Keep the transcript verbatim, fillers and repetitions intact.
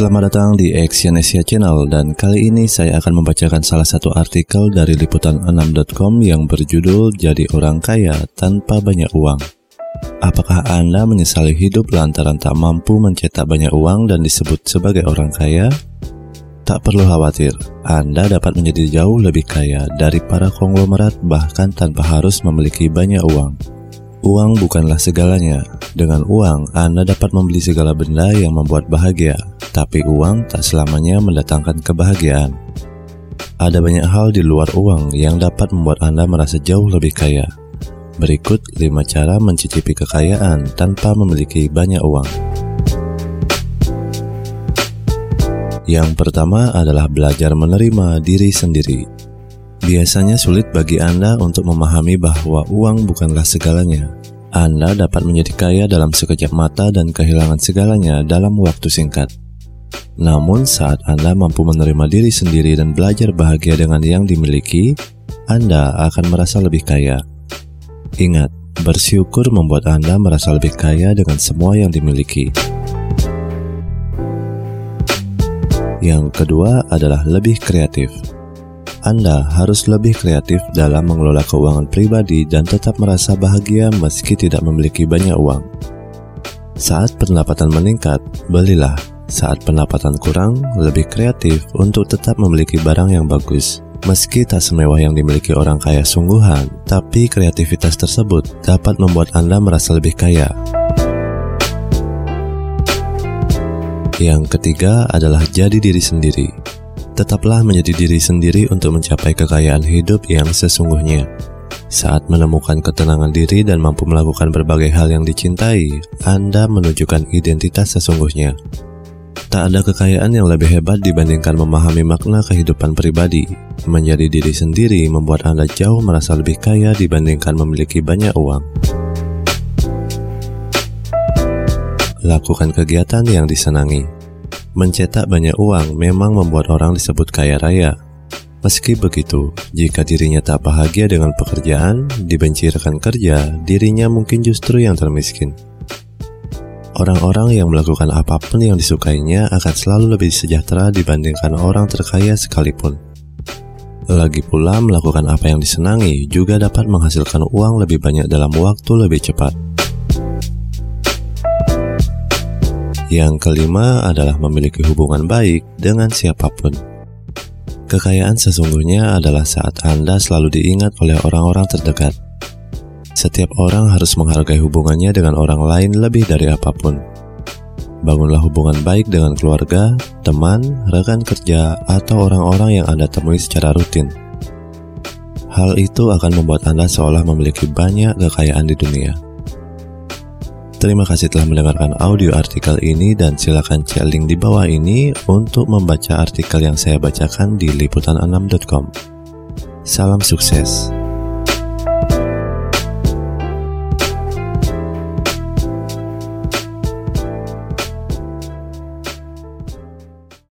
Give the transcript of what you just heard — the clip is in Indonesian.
Selamat datang di Action Asia Channel, dan kali ini saya akan membacakan salah satu artikel dari liputan enam titik com yang berjudul Jadi Orang Kaya Tanpa Banyak Uang. Apakah Anda menyesali hidup lantaran tak mampu mencetak banyak uang dan disebut sebagai orang kaya? Tak perlu khawatir, Anda dapat menjadi jauh lebih kaya dari para konglomerat bahkan tanpa harus memiliki banyak uang. Uang bukanlah segalanya. Dengan uang, Anda dapat membeli segala benda yang membuat bahagia, tapi uang tak selamanya mendatangkan kebahagiaan. Ada banyak hal di luar uang yang dapat membuat Anda merasa jauh lebih kaya. Berikut lima cara mencicipi kekayaan tanpa memiliki banyak uang. Yang pertama adalah belajar menerima diri sendiri. Biasanya sulit bagi Anda untuk memahami bahwa uang bukanlah segalanya. Anda dapat menjadi kaya dalam sekejap mata dan kehilangan segalanya dalam waktu singkat. Namun saat Anda mampu menerima diri sendiri dan belajar bahagia dengan yang dimiliki, Anda akan merasa lebih kaya. Ingat, bersyukur membuat Anda merasa lebih kaya dengan semua yang dimiliki. Yang kedua adalah lebih kreatif. Anda harus lebih kreatif dalam mengelola keuangan pribadi dan tetap merasa bahagia meski tidak memiliki banyak uang. Saat pendapatan meningkat, belilah. Saat pendapatan kurang, lebih kreatif untuk tetap memiliki barang yang bagus. Meski tak semewah yang dimiliki orang kaya sungguhan, tapi kreativitas tersebut dapat membuat Anda merasa lebih kaya. Yang ketiga adalah jadi diri sendiri. Tetaplah menjadi diri sendiri untuk mencapai kekayaan hidup yang sesungguhnya. Saat menemukan ketenangan diri dan mampu melakukan berbagai hal yang dicintai, Anda menunjukkan identitas sesungguhnya. Tak ada kekayaan yang lebih hebat dibandingkan memahami makna kehidupan pribadi. Menjadi diri sendiri membuat Anda jauh merasa lebih kaya dibandingkan memiliki banyak uang. Lakukan kegiatan yang disenangi. Mencetak banyak uang memang membuat orang disebut kaya raya. Meski begitu, jika dirinya tak bahagia dengan pekerjaan, dibenci rekan kerja, dirinya mungkin justru yang termiskin. Orang-orang yang melakukan apapun yang disukainya akan selalu lebih sejahtera dibandingkan orang terkaya sekalipun. Lagi pula, melakukan apa yang disenangi juga dapat menghasilkan uang lebih banyak dalam waktu lebih cepat. Yang kelima adalah memiliki hubungan baik dengan siapapun. Kekayaan sesungguhnya adalah saat Anda selalu diingat oleh orang-orang terdekat. Setiap orang harus menghargai hubungannya dengan orang lain lebih dari apapun. Bangunlah hubungan baik dengan keluarga, teman, rekan kerja, atau orang-orang yang Anda temui secara rutin. Hal itu akan membuat Anda seolah memiliki banyak kekayaan di dunia. Terima kasih telah mendengarkan audio artikel ini, dan silakan cek link di bawah ini untuk membaca artikel yang saya bacakan di liputan enam titik com. Salam sukses.